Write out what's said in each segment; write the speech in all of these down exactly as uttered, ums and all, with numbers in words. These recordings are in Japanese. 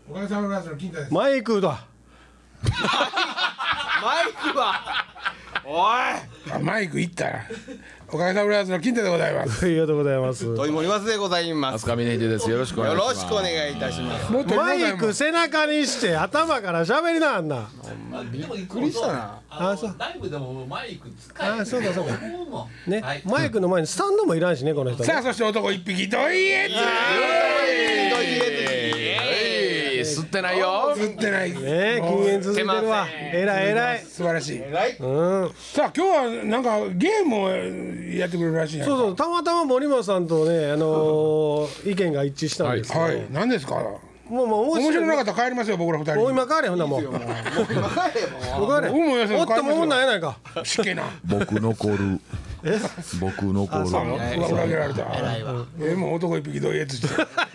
おかげさまでの金太です。 マイクだ。 マイクはおいあマイクいったらおかげさまでの金太でございます。 ありがとうございます。 鳥森松でございます。 飛鳥峰秀です。よろしくお願いします。 よろしくお願いいたします。 もっとマイク背中にして頭から喋りなあんな。 びっくりしたな。 あそうライブでもマイク使えあそうかそうか思うもんね、 はいマイクの前にスタンドもいらんしねこの人ね。 さあそして男一匹どいえ吸ってないよ。 つってない。 ねえ禁煙続いてるわ。えらいえらい。 素晴らしい。 うん。 さあ今日はなんかゲームをやってくれるらしいやんか。 そうそうたまたま森本さんとねあのー意見が一致したんですけど。 はい何ですか。 もうもう面白くなかったら帰りますよ僕ら二人。 もう今帰れほんなもん。もう帰れ。 僕もよそおっともうなんやないか。 しっけな。 僕残る。僕残る。 裏切られた。えもう男一匹どいえつって。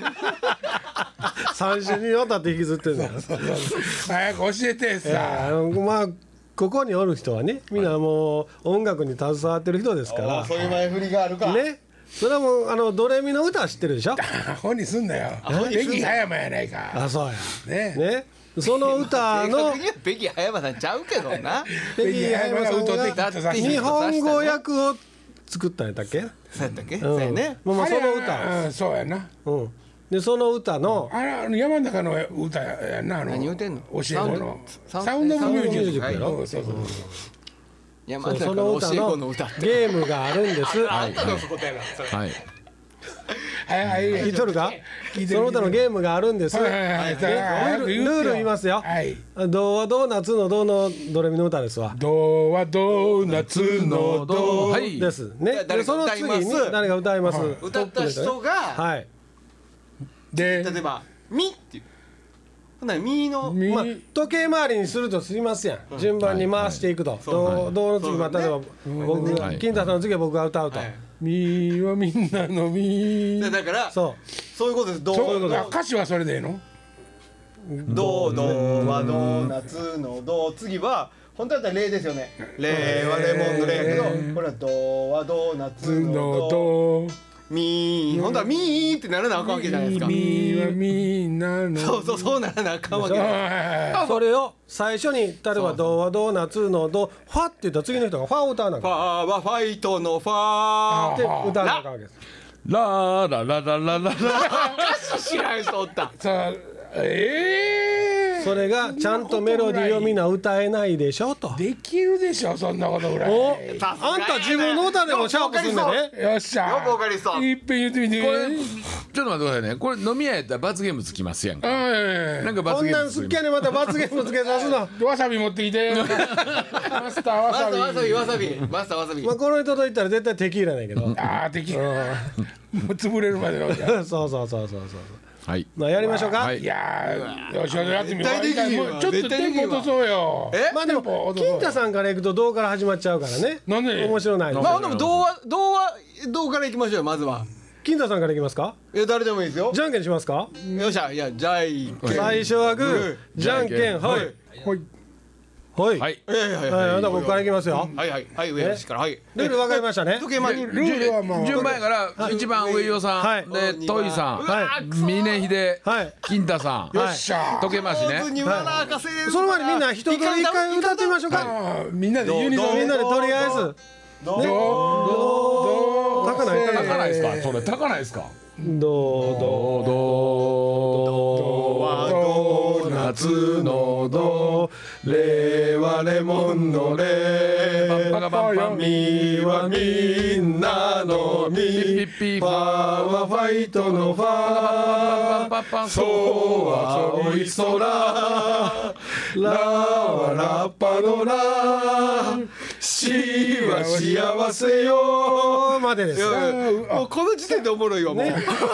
三週にわたって引きずってんだよ。 早く教えてさ。 あのまあここにおる人はねみんなもう音楽に携わってる人ですからそういう前振りがあるか。 ねそれはもうあのドレミの歌知ってるでしょ。 本にすんなよ。ベギー葉山やないか。 あそうやね。 ねその歌正の確にはベキ葉山さんちゃうけどな。 ベギー葉山が歌ってきたさ。 日本語訳を作ったんやったっけ。 そうやったっけ。 うんそうやね。 もうまあその歌うんそうやな。 うんでその歌のあれあの山の中の歌やなあの。 何言うてんの教え子の。 サウンドサウンドオブミュージックサウンドオブミュージックやろ。そうそうそう。 山そうその中の教え子歌のの歌って。 ゲームがあるんですはいはい。 はいはい。 聞いとるか聞いてるその歌のゲームがあるんですはいはいはい。さあルールルール言いますよはい。 ドはドーナツのドのドレミの歌ですわドはドーナツのドはー。 い。 ですね誰がでその次に歌います誰が歌いますはい歌った人がはいで例えばミっていう。ほんならミのみまあ時計回りにするとすみますやん順番に回していくとドドの次まあ例えば僕がはい金太さんの次は僕が歌うとはいみはみんなのみ。 でだからそうそういうことです。どそううあ歌詞はそれでええの？ どうどうはドーナツのどう次は本当だったらレですよね。レはレモンのレやけどこれはドはドーナツつののドドミー本当はミーってならなあかんわけじゃないですか。 みはみんなの。 そうそうそうならなあかんわけそうない。 はいはいそれを最初に例えばドはドーナツのドファって言ったら次の人がファを歌わなきファゃーはファイトのファーで歌わなきゃわけですラーララララララ。 歌詞知らん人おった。 さあええ。 それがちゃんとメロディーをみんな歌えないでしょとできるでしょそんなことぐらい。 おあんた自分の歌でもシャープすんだねよっしゃ。 よくわかりそういっぺん言ってみて。 これちょっと待ってくださいね。これ飲み屋やったら罰ゲームつきますやんか。 うんなんか罰こんなんゲームつき好きやねまた罰ゲームつけさすのわさび持ってきて。マスターわマスタさび。 ーわさびわさびマスターわさび。 まあこの人と言ったら絶対テキーラなんやけどああできる。もう潰れるまでの。 そうそうそうそうそうはい。 まあやりましょうか、 はいいやーよしよしやってみよう。 絶対できるわもうちょっと絶対できるわテンポ落とそうよ。 えまあでもテンポ落とそう金太さんからいくとどうから始まっちゃうからねなんで面白ないですまあでも童話童話童からいきましょうよまずは。 金太さんからいきますかいや誰でもいいですよ。 じゃんけんしますかよっしゃいやじゃいけん。 最初はグーじゃんけんはいほい。 はいはい。 いやいやいやはい、あと僕からいきますよ。 はいはいはい上吉からはい。 ルール分かりましたね。 時計回り。 ルールはもう。 順番やから一番上与さはいんでトイさん、 は峰秀、 はい。 金太さん、 よっしゃ。 時計回しね上手。に笑かせれる。 その前にみんな一通り一回歌ってみましょうか。 あーみんなでユニゾン。 みんなでとりあえず。 どうねどうどう高ない高高ないですか。それ高ないですか。 どうどドはドーナツのド、レはレモンのレ、パンパカパンパン、ミはみんなのミ、ピッピッファはファイトのファ、パンパンパン、ソは青い空、ラはラッパのラ、シは幸せよ。 うまでです。 もうこの時点でおもろいわもう。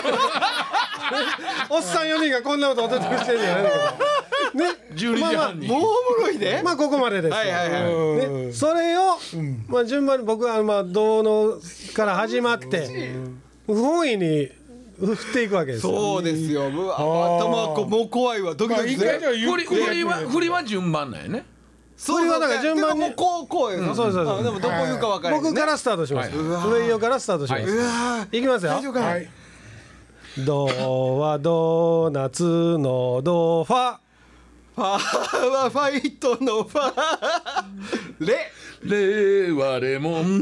おっさんよにんがこんなこと踊ってしてるんじゃないのか。ね。 じゅうにじはんに。 もうおもろいね。 まあここまでです。 はいはいはい。 ね、それを、まあ順番に僕はまあ銅のから始まって不本意に振っていくわけですよ。 そうですよ。うわ頭こもう怖いわドキドキする。 一回じゃあゆっ振りくり振りは振りは順番なんやね。 そう振りはだから順番にでももうこうこうです。 そうそうそうあでもどこ言うか分からない。 僕からスタートします。 はい上よからスタートします。 うわいきますよ。 大丈夫かな。 はい。 ドはドーナツのドファファーはファイトのファーレレはレモン違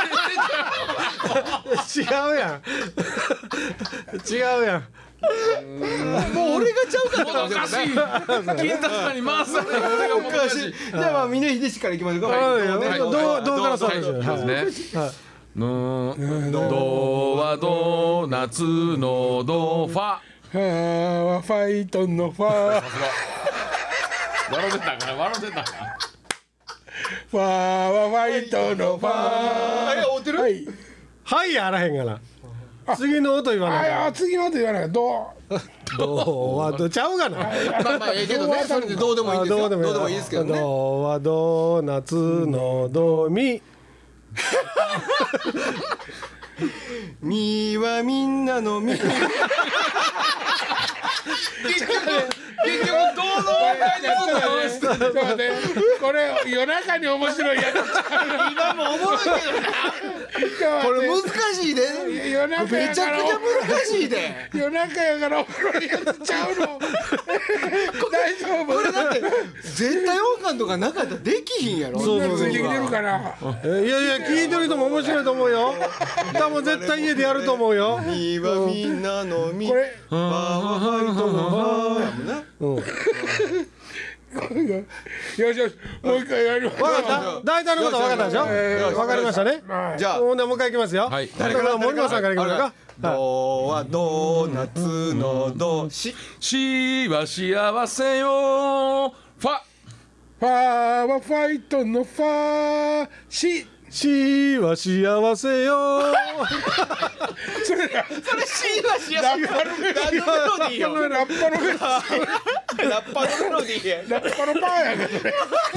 うやん違うやんもう俺がちゃうかったおかしい金太さんに回さない俺がおかしいじゃあまあ峰秀氏からいきましょうかはいどうねどうどうからそうですよそうですねのドはドーナツのドファファーはファイトのファー笑ってたから笑ってたファーはファイトのファーえ合うてるはいはいやあらへんがな次の音言わないああ次の音言わないどうドはドちゃうがなまあまあええけどねそれでどうでもいいんですよどうでもいいですけどねドはドーナツのドミみはみんなのみ結局結局どうの問題ですちょっと待ってこれ夜中に面白いやつ今もおもろいけどなこれ難しいで夜中めちゃくちゃやから難しいで夜中やからおもろいやつちゃうの大丈夫これだって絶対音感とかなかったらできひんやろそうそうついてきてるかなえいやいや聞いてる人も面白いと思うよ多分絶対家でやると思うよみはみんなのみこれファーはファイトのファーやもんなよしよしもう一回やります分かった大体のこと分かったでしょ分かりましたねはいじゃあほんでもう一回いきますよはい誰から森本さんからいきましょうかドはドーナツのドししは幸せよファファーはファイトのファーししは幸せよそれだそれ C はしやすいラッパのメロディー何のメロディーよこのラッパのメロディーラッパのメロディーやラッパのパーやからそれ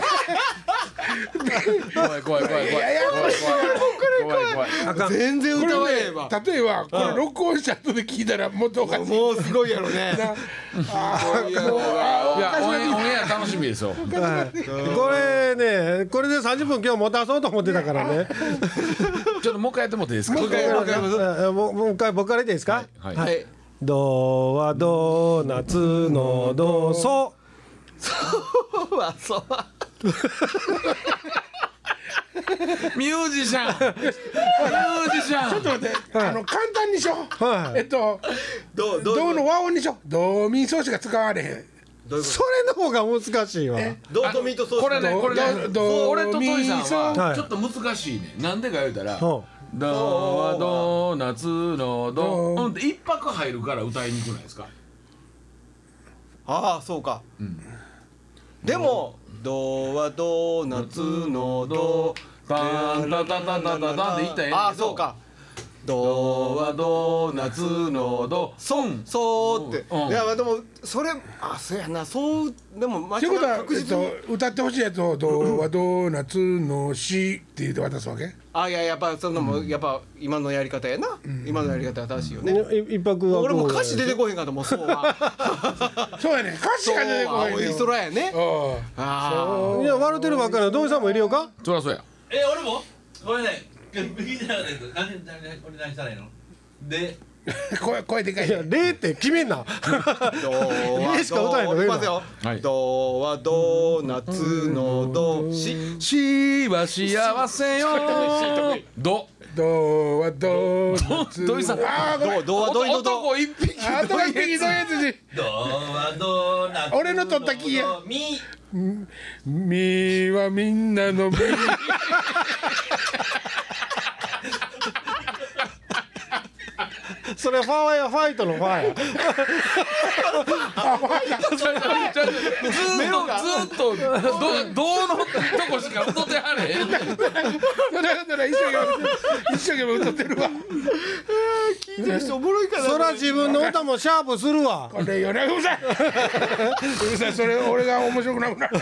怖い怖い怖い怖い怖い怖い怖いあかん全然こ歌われねねえわ例えばこれ録音した後で聞いたらもっとおかしいもうすごいやろねないやもうあいやオンエオンエア楽しみですよはいこれねこれでさんじゅっぷん今日持たそうと思ってたからねちょっともう一回やってもらっていいですかもう一回もう一回もう一回えもうもう一回僕から言っていいですかはいはいドはドーナツのドソそうはそうミュージシャンミュージシャンちょっと待ってあの簡単にしようはいえっとどうどうドの和音にしようドミソしか使われへんどういうこそれの方が難しいわとドートミートソースこれねこれねど俺とトイさんははいちょっと難しいねなんでか言うたらうんドはドーナツのドうんって一拍入るから歌いにくないですかああそうかでもドはドーナツのドタンタタタタタタンで言ったらええねんけどああそうかドはドーナツのドソンそうってうんいやまあでもそれあそうやなそうでも間違いということは、 確えっ実にと、歌ってほしいやつを「ドはドーナツのし」って言って渡すわけあいややっぱそのもやっぱ今のやり方やな今のやり方は正しいよねい一泊は俺も歌詞出てこへんかったもんそうはそうやね歌詞が出てこそうは青いへんよ空やねああいや笑ってるばっかりの土井さんも入れようかそりゃそうやえ俺もこれね右じゃなくて何何これ何したらいいのであ声声でかいいや例って決めんなドは家しか歌えへんのドいきますよはいドはドーナツのドししは幸せよドドはドーナツ土井さんああごめんドドはドイドド男一匹あとが一匹のやつにドはドーナツ俺の取ったキーやミみはみんなのみそれファーやファイトのファーやずーっとずーっとどどうのとこしか歌ってはれへんそれだったら一生懸命一生懸命歌ってるわ聞いてる人おもろいかなそら自分の歌もシャープするわこれよねうるさいうるさいそれ俺が面白くなくなる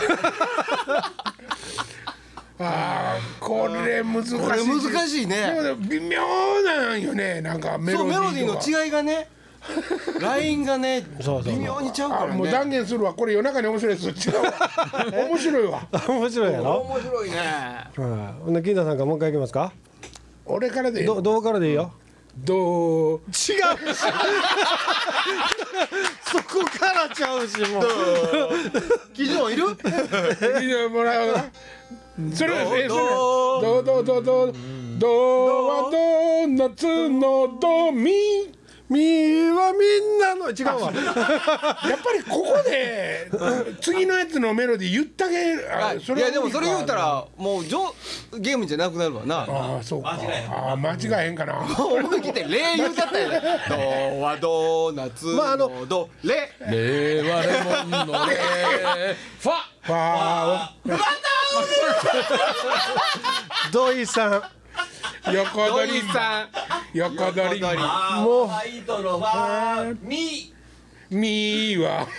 あーこれ難しいこれ難しいねでも微妙なんよねなんかメロそうディーとかメロディーの違いがねラインがねそうそう微妙にちゃうからあもう断ね言するわこれ夜中に面白いやつ違うわ面白いわ面白いやろ面白いねはいほんで金田さんからもう一回いきますか俺からでいいどどうからでいいよド違うしそこからちゃうしもう基準いるいやもらうなそれえそれドドドドドドはドーナツのドミみはみんなの違うわやっぱりここで次のやつのメロディー言ったげあいやでもそれ言うたらもうじょゲームじゃなくなるわなああそうか間違えへんああ間違えへんかな思い切ってレ言うたったよねドはドーナツまああののドレレはレモンのレファファ土井さんー横ド取りイさん横取り横取りファイトのファミみーは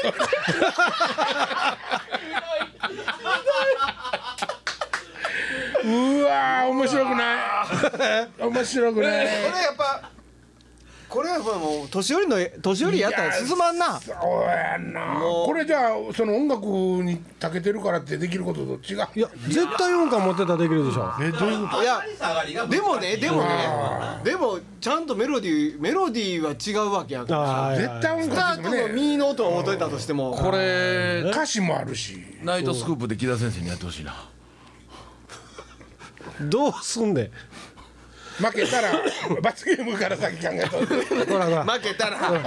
うわー面白くない面白くないこれやっぱこれはもう年寄りの年寄りやったら進まんなそうやんなもうこれじゃあその音楽に長けてるからってできることと違ういや絶対音感持ってたらできるでしょえどういうこいや下がりがでもねでもねあでもちゃんとメロディーメロディーは違うわけやからあと絶対音スタートの楽でもねミの音は踊れたとしてもこれ歌詞もあるしナイトスクープで木田先生にやってほしいなどうすんで負けたら罰ゲームから先考えといてほらほら負けたら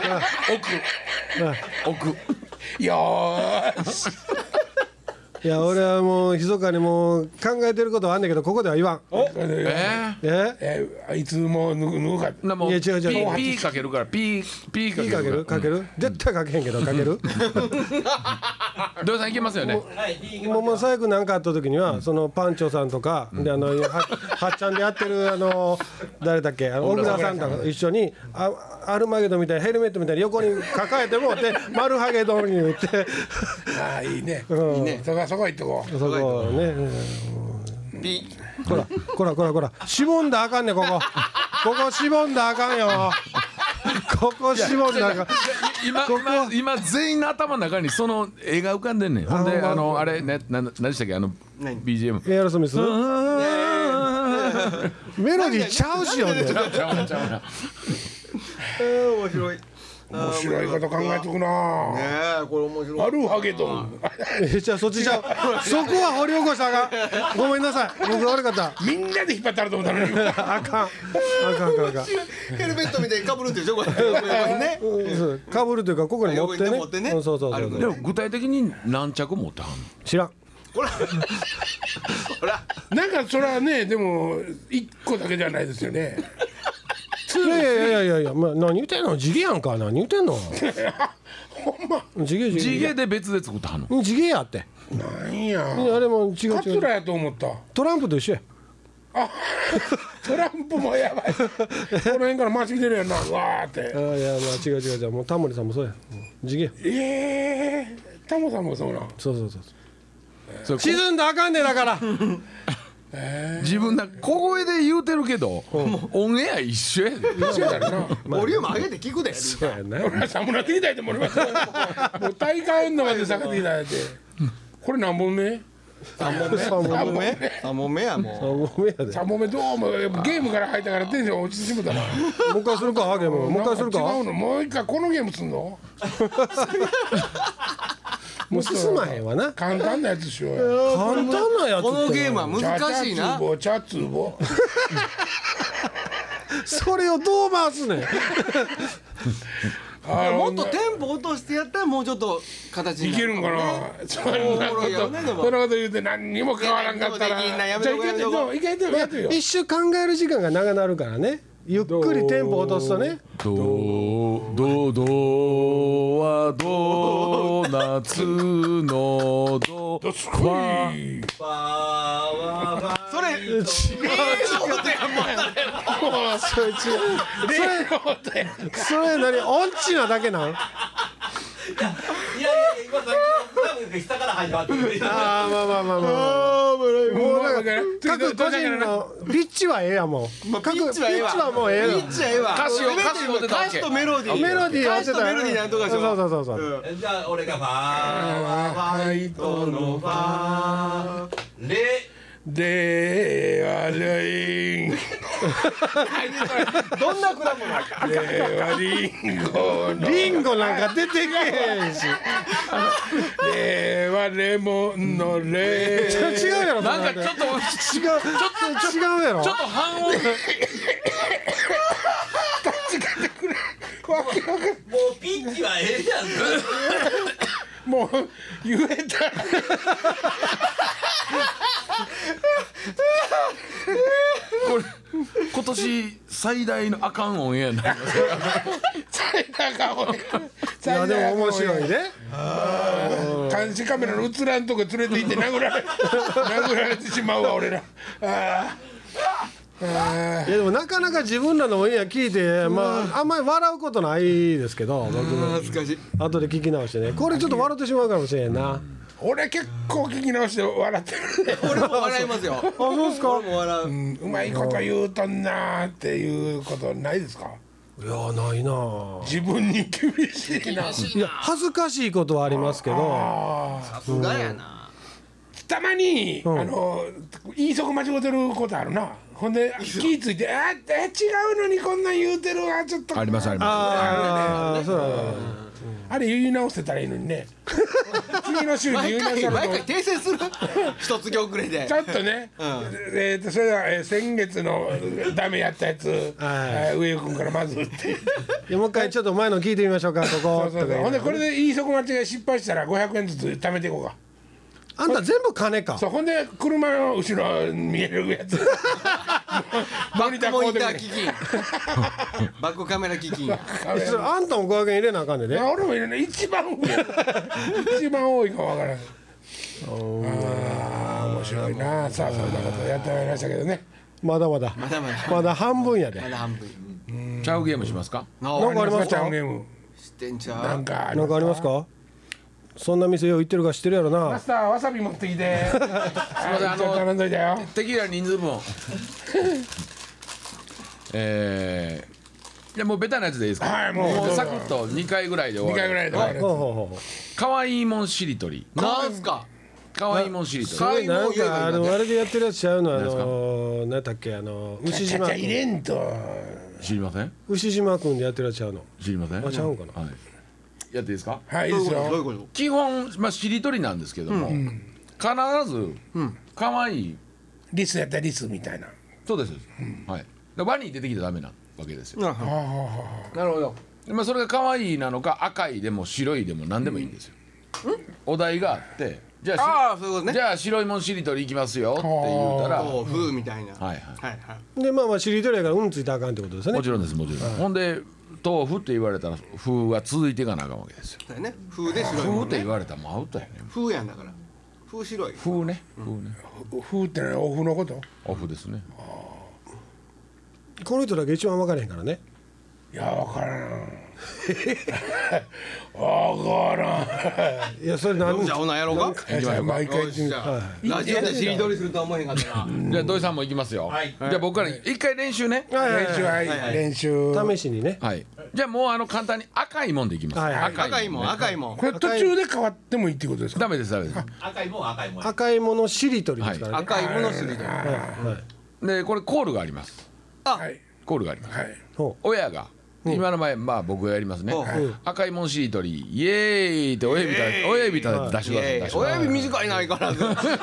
奥よーしいや俺はもう密かにもう考えてることはあんねんけどここでは言わんえええいつも脱ぐ脱ぐかー、なもういや違う違うピーピーかけるからピーピーかいいかけけるるかける絶対かけへんけどかける土井さんいけますよねはいいきもうもうます最悪何かあった時には、そのパンチョさんとか、であのははっちゃんでやってるあの誰だっけあの小倉さんとか一緒にあアルマゲドンみたいなヘルメットみたいに横に抱えてもでマルハゲドンに言ってああいいねうんそこそこ行っとこうそこね、うんピこらこらこらこら絞んだあかんねここここ絞んだあかんよここ絞んだあかん今今今全員の頭の中にその絵が浮かんでんねんほんでああのあれねな何でしたっけあの何ビージーエムエアロスミスメロディーちゃうしよねちゃうちゃうちゃうな面白い面白いこと考えとくなねえこれ面白いアルハゲドンえじゃあそっちじゃうそこは掘り起こしたらあかんごめんなさい僕悪かったみんなで引っ張ったらと思ったのにあかんあかんあかんあかんヘルメットみたいにかぶるってでしょこれ横にねうんかぶるというかここに持ってね横に持ってねうんそうそうそうそうあるでも具体的に何着持ってはんの知らんほらほらなんかそれはねでも一個だけじゃないですよねいやいやいやいやいや、まあ、何言ってんの地毛やんか何言ってんのほんま地毛地地毛毛で別で作ってはんの地毛やってなんやいやあれも違う違うカツラやと思ったトランプと一緒やトランプもやばいこの辺から回してきてるやんなわーってあいやまあ違う違う違うもうタモリさんもそうやうん地毛やええー、タモさんもそうなんそうそうそうそれ沈んだらあかんねんだから自分だ小声で言うてるけどオンエア一緒やで一緒やからなボリューム上げて聞くでそうやな俺は寒なってきたいと思いますよもう大会運動まで下げていただいてこれ何本目三問目三問三問目三問目やももう目やでさんぼんめどうもやっぱゲームから入ったからテンション落ちてしもたなもう一回するかゲームもう一回するかなん違うのもう一回このゲームすんのもう進まへんわな簡単なやつしようよ簡単なやつってこのゲームは難しいなチャツボチャツそれをどう回すねんボあもっとテンポ落としてやったらもうちょっと形になるいけるんかなそんなこおもろいやろとねでもそんなこと言うて何にも変わらんかったらいやできんなやめじゃあとこやめとこいけてよやってよ一瞬考える時間が長なるからねゆっくりテンポ落とすとねどうどうどうはドーナツのドどすこいファワファそれ違うそれ違うそれそれ何音痴なだけなんいやいやいや今さっきの多分下から始まってるああまあまあまあまあもうなんか各個人のピッチはええやもんまあ各ピッチはええわピッチはもうええよピッチはええわ歌詞を歌詞を出たわけ歌詞とメロディーメロディー歌詞とメロディーなんとかしよそうそうそうそううんじゃあ俺がファワファイトのファレではレインどんな果物？ 令和リンゴのリンゴなんか出てけへんし。 令和レモンのレちょ違うやろ。 なんかちょっと違うちょっと違うやろ。 ちょっと半音わけわかんもうピッチはええやんもう言えたこれ今年最大のあかんオンエアになりますよ最高かもいやでも面白いね。 監視カメラの映らんとこ連れて行って殴られ殴られてしまうわ俺ら。あいやでもなかなか自分らのオンエア聞いて、まああんまり笑うことないですけど、僕も懐かしい。 後で聞き直してね、これちょっと笑ってしまうかもしれんな。 俺結構聞き直して笑ってる俺も笑いますよ。 あ、そうですか。 俺も笑う。 うんうまいこと言うとんなーっていうことないですか？ いやないな。 自分に厳しいな。 いや恥ずかしいことはありますけど、 あさすがやな。 ーたまに、 んあの言いそこ間違ってることあるな。ほんで気ぃついてあーえ違うのにこんなん言うてるわちょっとありますありまああそうだね。 あれ言い直せたらいいのにね次の週に言毎回い直したら毎回訂正する。一月遅れでち。ょっとね、えー、とそれでは、えー先月のダメやったやつ、えー上尾君からまずっていやもう一回ちょっと前の聞いてみましょうか、ここそうそうそうとか言いながらほんでこれで言いそこ間違い失敗したらごひゃくえんずつ貯めていこうか。 あんた全部金か。 そうほんで車の後ろ見えるやつバックモニターこ機器。バックカメラ機器。 えそれあんたもごひゃくえん入れなあかんでね。 あ俺もいるね一番上一番多いかわからん。ああ面白いな。さあそんなことやってまいりましたけどね。 まだまだまだまだまだ半分やで。 まだ半分。 すちゃうゲームしますかななんかありますチャか。 ンゲーム知ってんちゃう。 なんかなんかありますか。そんな店よう行ってるか知ってるやろな。 マスターわさび持ってきてすいませんあの頼んどいたよ。 テキーラ人数分えー、いやもうベタなやつでいいですか、 はいもうもうどうぞサクッとにかいぐらいで終にわるかいぐらいで終わるほうほうほう。 かわいいもんしりとりなんすか。 かわいいもんしりとそりれなんかあのあれでやってるやつちゃうの、あ何ですかの何だっけ、あの牛島ちゃちゃ入れんと知りません牛島君でやってるやつちゃうの。 知りませんあちゃうんかな。 はい、やっていいですかはいいいですどういうよ。 こと。 基本、まあ、しりとりなんですけども、必ずかわいいリスやったらリスみたいな。 そうです、はいでワニ出てきたらダメなわけですよなるほど。 なるほどで、まあ、それが可愛いなのか赤いでも白いでも何でもいいんですよ、お題があってじゃあしああそういうことね。 じゃあ白いもんしりとりいきますよって言うたらは豆腐みたいな。 いはいはいはい。 でまあまあしりとりやからうんついたらあかんってことですよねも。ちろんですもちろん、ほんで豆腐って言われたら風が続いていかなあかんわけですよだよね。風で白いもんね風って言。われたらもうアウトやね風やんだから。風白い。 風ね風ね、 ふうってのはオフのこと。 オフですねこの人だけ一番分からへんからね。 いやわからん。わからん。 いやそれ何じゃあほなやろうか。 じゃあ毎回よしじゃあラジオでしりとりするとは思えへんかったな。 じゃあ土井さんもいきますよ、 はいじゃあ僕から一回練習ねはいはい練習はいはい練習。 試しにね。 はいじゃあもうあの簡単に赤いもんでいきます、 はいはい赤いもん赤いもん。 これ途中で変わってもいいってことですか。 ダメですダメです赤いもん赤いもん赤いものしりとりですからね。 赤いものしりとり。 はいはい。 でこれコールがありますはいコールがありますはい。 ほ親が今の前まあ僕がやりますねほうほう赤いもんしりとりイエーイって親指から親指から出してください出してください親指短いないからず。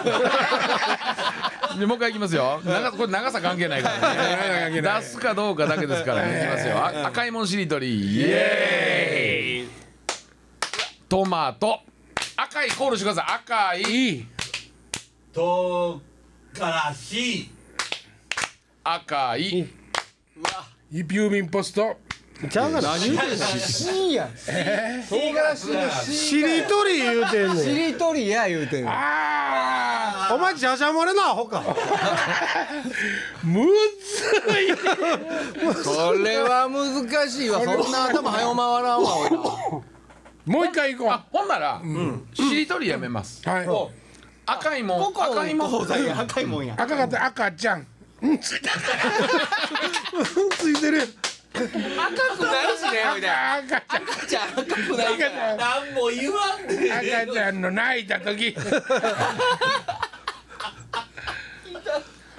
でもう一回いきますよ長これ長さ関係ないからね出すかどうかだけですからねいきますよあ赤いもんしりとりイエーイトマト赤いコールしてください赤いいい。 とうからし赤い郵便ポスト。 う。ちゃうがな。 何言ってんの。しや。唐辛子のし。 しりとり言うてんしねん。 りとりや言うてんの。 あお前じゃじゃ漏れなアホか。 あむずい。 これは難しいわ。そんな頭早う回らんわ俺ら。 もう一回行こあほんならしりとりやめますう。はい。 赤いもんこ赤いもんこや赤いもんや。 赤かった赤ちゃん。うんついた。 うんついてる。 赤くないしねみたいな。 赤ちゃん。 赤ちゃん赤くないから。 なんも言わんで赤ちゃんの泣いた時。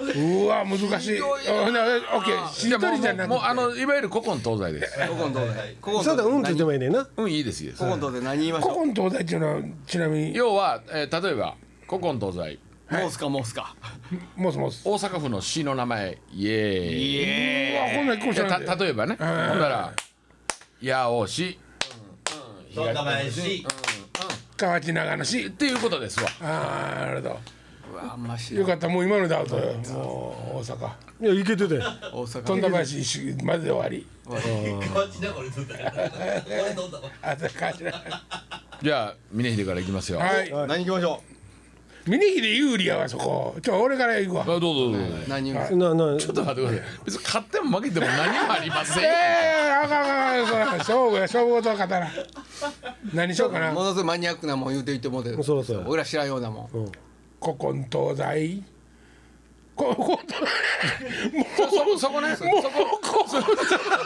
うわ難しい。ほなオッケー。しっとりじゃなくてもうあのいわゆる古今東西です。 古今東西古今そうだうんって言ってもいいねんな。 うんいいですいいです。 古今東西何言いましょ古今東西っていうのはちなみに要は、えー、例えば古今東西うモースかモースかもすもす。 大阪府の市の名前イエーイ。 うわこんなん一個いや知らんで。 た例えばね。ほんなら八尾市若林河内長野市。 っていうことですわ。 ああなるほうわあんましど。よかったもう今のでアウトよ。もう大阪。 いやいけてたよ。 大阪富田林一周までで終わり。 こっちで俺撮ったから俺撮ったわあそかしら。 じゃあ峰秀からいきますよ。 はい。 何行きましょ峰秀有利やわそこ。ちょ俺から行くわあ。どうぞどうぞ。 う何言うななちょっと待ってください。別に勝っても負けても何もありませんえよ。 えー、あかんあかんあかんそら勝負や勝負事は勝たな。何しようかな。 ものすごいマニアックなもん言うて言ってもうてるそうそう俺ら知らんようなもんうん古今東西。ここそそそこね。そこそこ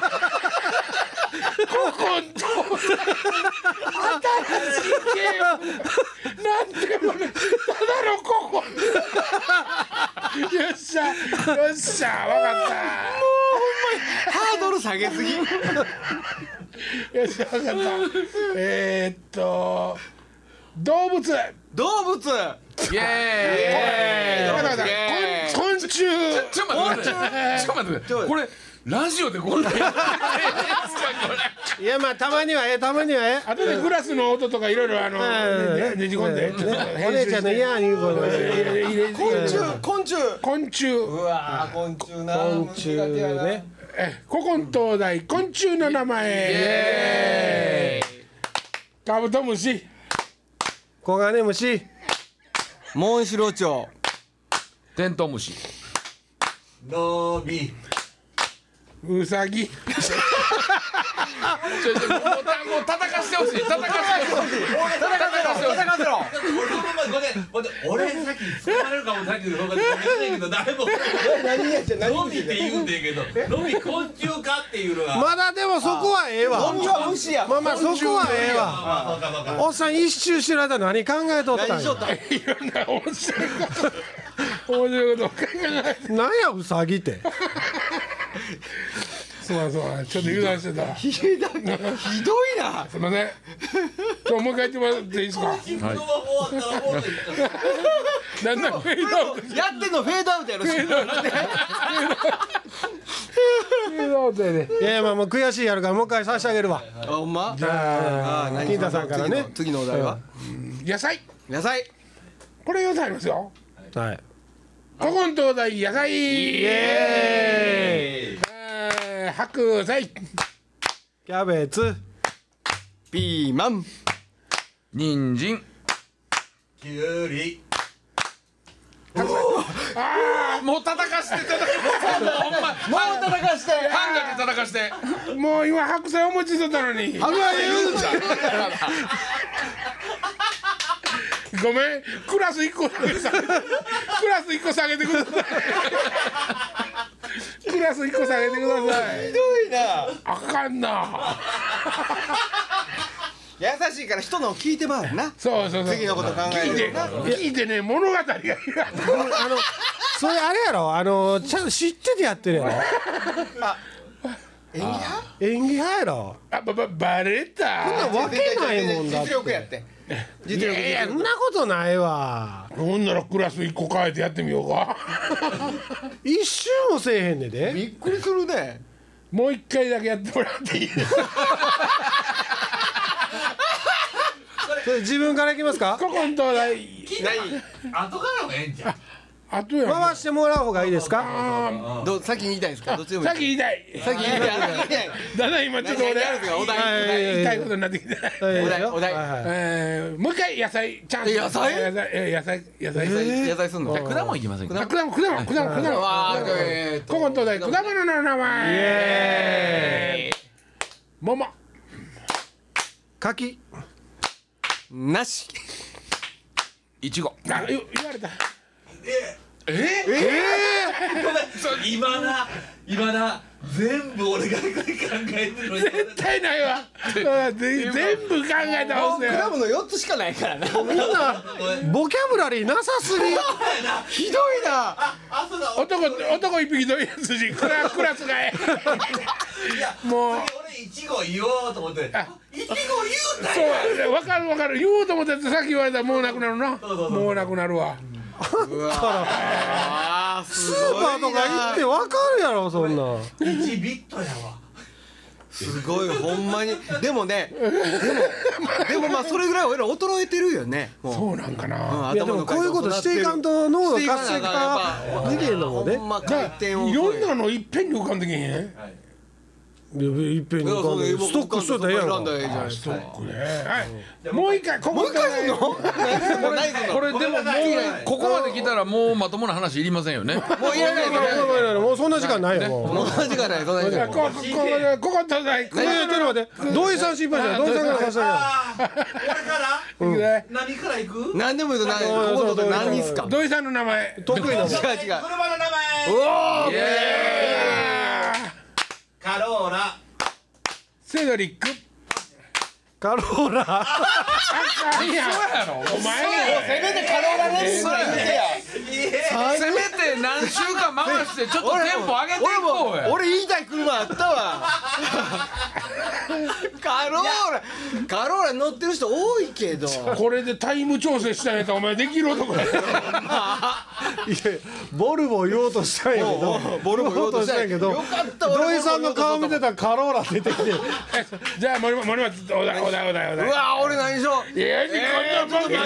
古今東西。新しいゲーム。なんてもねただの古今。よっしゃよっしゃわかった。 ハードル下げすぎよし分かったえー、っと動物動物イエーイ。 待って待って昆虫ちょっと待ってください。ちょっと待ってください。これラジオでこんなやつかこれ。 いやまあたまにはええたまにはええ。 あとでグラスの音とかいろいろあのねねじ込んでちょっとお編集姉ちゃんの嫌に言うこと入れ入れ昆虫昆虫昆虫うわー昆虫な昆虫ね。 え古今東西昆虫の名前カブトムシコガネムシモンシロチョウテントウムシ。 のびウサギちょちょもうもう叩かしてほしい。叩かしてほしい。叩かしてほしい。 戦わせろ俺ほんまごめんごめん俺さっき使われるかもさっきの方が言ってんけど誰も何やっちゃのびって言うんだけどのび昆虫かっていうのがまだでもそこはええわ。 昆虫は虫やまあまあそこはええわ。 あそうかそうかおっさん一周してる間何考えとったんや。 何しとったいろんな面白いこと面白いこと考えなんやウサギって。 すまんすまんちょっと油断してたひどいなすいませんちょもう一回言ってもらっていいですか自分の終わったらもうだんだんフェードアウトやってんのフェードアウトやろフェードアウトフェードアウトやねいやいやまあもう悔しいやるからもう一回差し上げるわ。 あほんまじゃああ金太さんからね次の次のお題は野菜野菜これ野菜ありますよはい。 古今東西野菜イエーイ白菜キャベツピーマン人参。 きゅうりもう叩かして叩かして。もうほんま。もう叩かしてハンガーで叩かして。 もう今白菜お持ちとったのにうわ言うんだ。 ごめんクラス一個下げてクラス一個下げてくださいクラス一個下げてくださいひどいなあかんな優しいから人のを聞いてまうなそうそうそう次のこと考え聞いてるな聞いてね物語がいるあのそれあれやろあのちゃんと知っててやってるやろ。 演技派演技派やろ。 あばばバレたそんなわけないもんだって実力やって実い力やいやそんなことないわ。 ほんならクラス一個変えてやってみようか一周もせえへんねで。 びっくりするねもう一回だけやってもらっていいですかそれ自分からいきますか。 古今東西後からもええんちゃうあとやん回してもらう方がいいですか。 あどう先に言いたいですかどっちでーもいい先言いたい先言いたいだんだん今ちょっと俺何やるんですかお題はい言いたいことになってきてはいお題お題はいはいえーもう一回野菜チャンスえ野菜野菜え野菜野菜野菜野菜すんの果物いきませんか。 あ果物果物果物果物わーえーっと古今東西果物の名前イエーイ。 桃柿なしいちご。 あ言言われたごめんそう今な今な全部俺がこれ考えてるのに絶対ないわうんで全部考えたはずやクラブのよっつしかないからなみんなボキャブラリーなさすぎ。 ひどいなあそうだ男男一匹どういうやつにクラクラスがえいやもう次俺いちご言おうと思ってあいちご言うたんやそう分かる分かる言おうと思ってさっき言われたらもうなくなるなそうそうそうもうなくなるわあーすスーパーとか行ってわかるやろそんなん。 いちビットやわすごいほんまにでもねでもでもまあそれぐらい俺ら衰えてるよねもうそうなんかな、 うんいやでもこういうことしていかんと脳が活性化できへんのもね。 ほんま回転をいろんなのいっぺんに浮かんでけへんいやいっぺんに浮かんでストックしといたらええやんか。 ストックね、はい、もう一回ここもう一回すんのこれでももうここまで来たらもうまともな話いりませんよね。 もういらないですもうそんな時間ないよもう。 もう同じがないそんな時間ここここここないここれちょっと待って土井さん心配じゃない土井さんからさせてあー俺からこね何から行く何でもいいと何こことって何ですか土井さんの名前得意なの。 違う違う車の名前おおイエカローラセドリックカローラ。 あかんやんお前せめてカローラレッスン言うてやーイ。せめて何週間回してちょっとテンポ上げていこうや。 俺言いたい車あったわカローラカローラ乗ってる人多いけどこれでタイム調整したんやったらお前できる男やいやボルボ言おうとしたんやけどボルボ言おうとしたんやけど言おうとしたんやけどよかった俺土井さんの顔見てたらカローラ出てきてじゃあ森松森松お題お題お題お題うわ俺何しよういやいやこんなボケ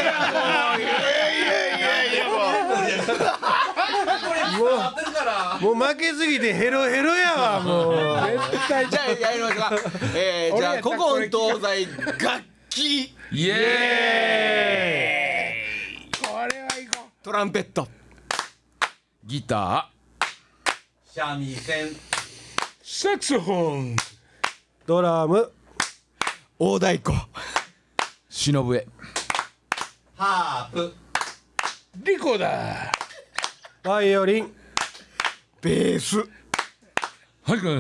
合ってるからもう負けすぎてヘロヘロやわもう。 絶対じゃあやりましょうかえーじゃあ古今東西楽器イエこれはいこトランペットーイ。ギタ三味線うサクソフォンドラム大太鼓ー、忍笛、 ハープリコだバイオリンベースはいはいはい。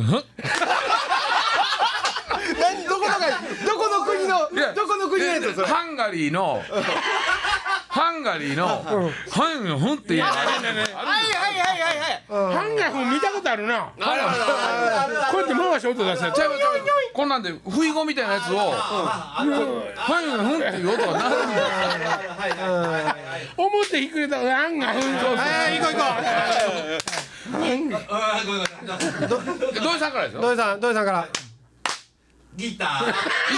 何どこのかどこの国のいやどこの国のやつそれハンガリーのハンガリーのハンフンっていうのがあるんですよ。 はいはいはいはいはいハンガーフン見たことあるなあるあるあるこうやって回して音出すやつちゃうちゃうこんなんで不意語みたいなやつをハンフンっていう音が鳴るんだよ。 はいはいはいはい表ひっくれたらハンガーフンそうそうはい行こう行こあごめんごめん土井さんからですよ。 う土井さん土井さんからギター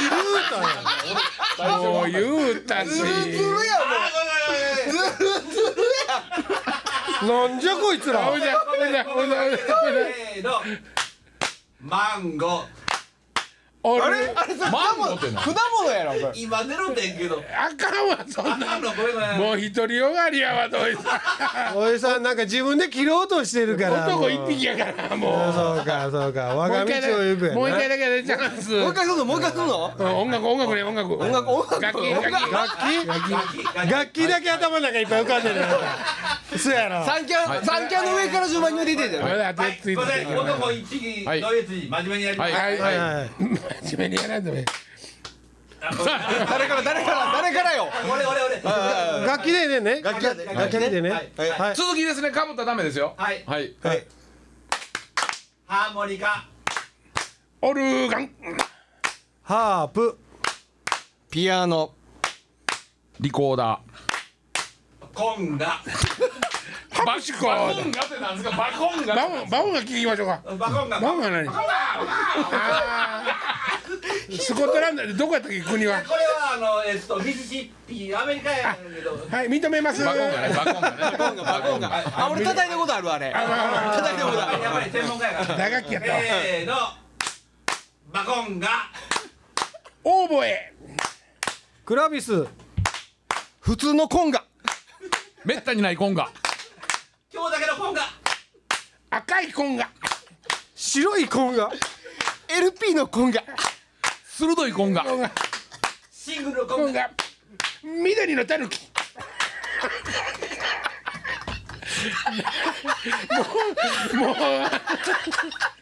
もう言うたしずるずるやもうずるずるなんじゃこいつらおいでおいでおいでおいでせーのマンゴー俺あれあれそれマンゴーってな果物やろこれ今出ろてんけどあかんわそんなあんのごめんごめんもう独りよがりやわ土井さん土井さんなんか自分で切ろうとしてるから男一匹やからもうあそうかそうか我が道を行くやなもう一回だけでチャンスもう一回すんのもう一回すんのうん音楽音楽ね音楽音楽音楽楽器楽器楽器楽器だけ頭の中いっぱい浮かんでるやんかそうやろ三キャン三キャンの上から順番に出てんじゃないまだ手ついこれてる男一匹はいドイツ人真面目にやりますはいはいはい真面目にやらんでもいい誰から誰から誰からよ俺俺俺楽器でね楽器やで楽器でねはいはい続きですね。かぶったらダメですよ。 はいはい。 はいハーモニカオルガンハープピアノリコーダコンガハプシコー。バコンガってなんですか。バコンガ。 バオンバオンが聞きましょうかバコンガバオンが何あースコットランドでどこやったっけ国はこれはあのえっとミシシッピアメリカやけどはい認めますバコンガね。バコンガね。 バコンがあ俺叩いたことあるあれ叩いたことあるやっぱり専門家やから打楽器やったわせーのバコンガオーボエクラビス普通のコンガめったにないコンガ。 今日だけのコンガ赤いコンガ白いコンガエルピー のコンガ鋭いコンガ。 コンガシングルのコンガコンガ緑のタヌキもうもう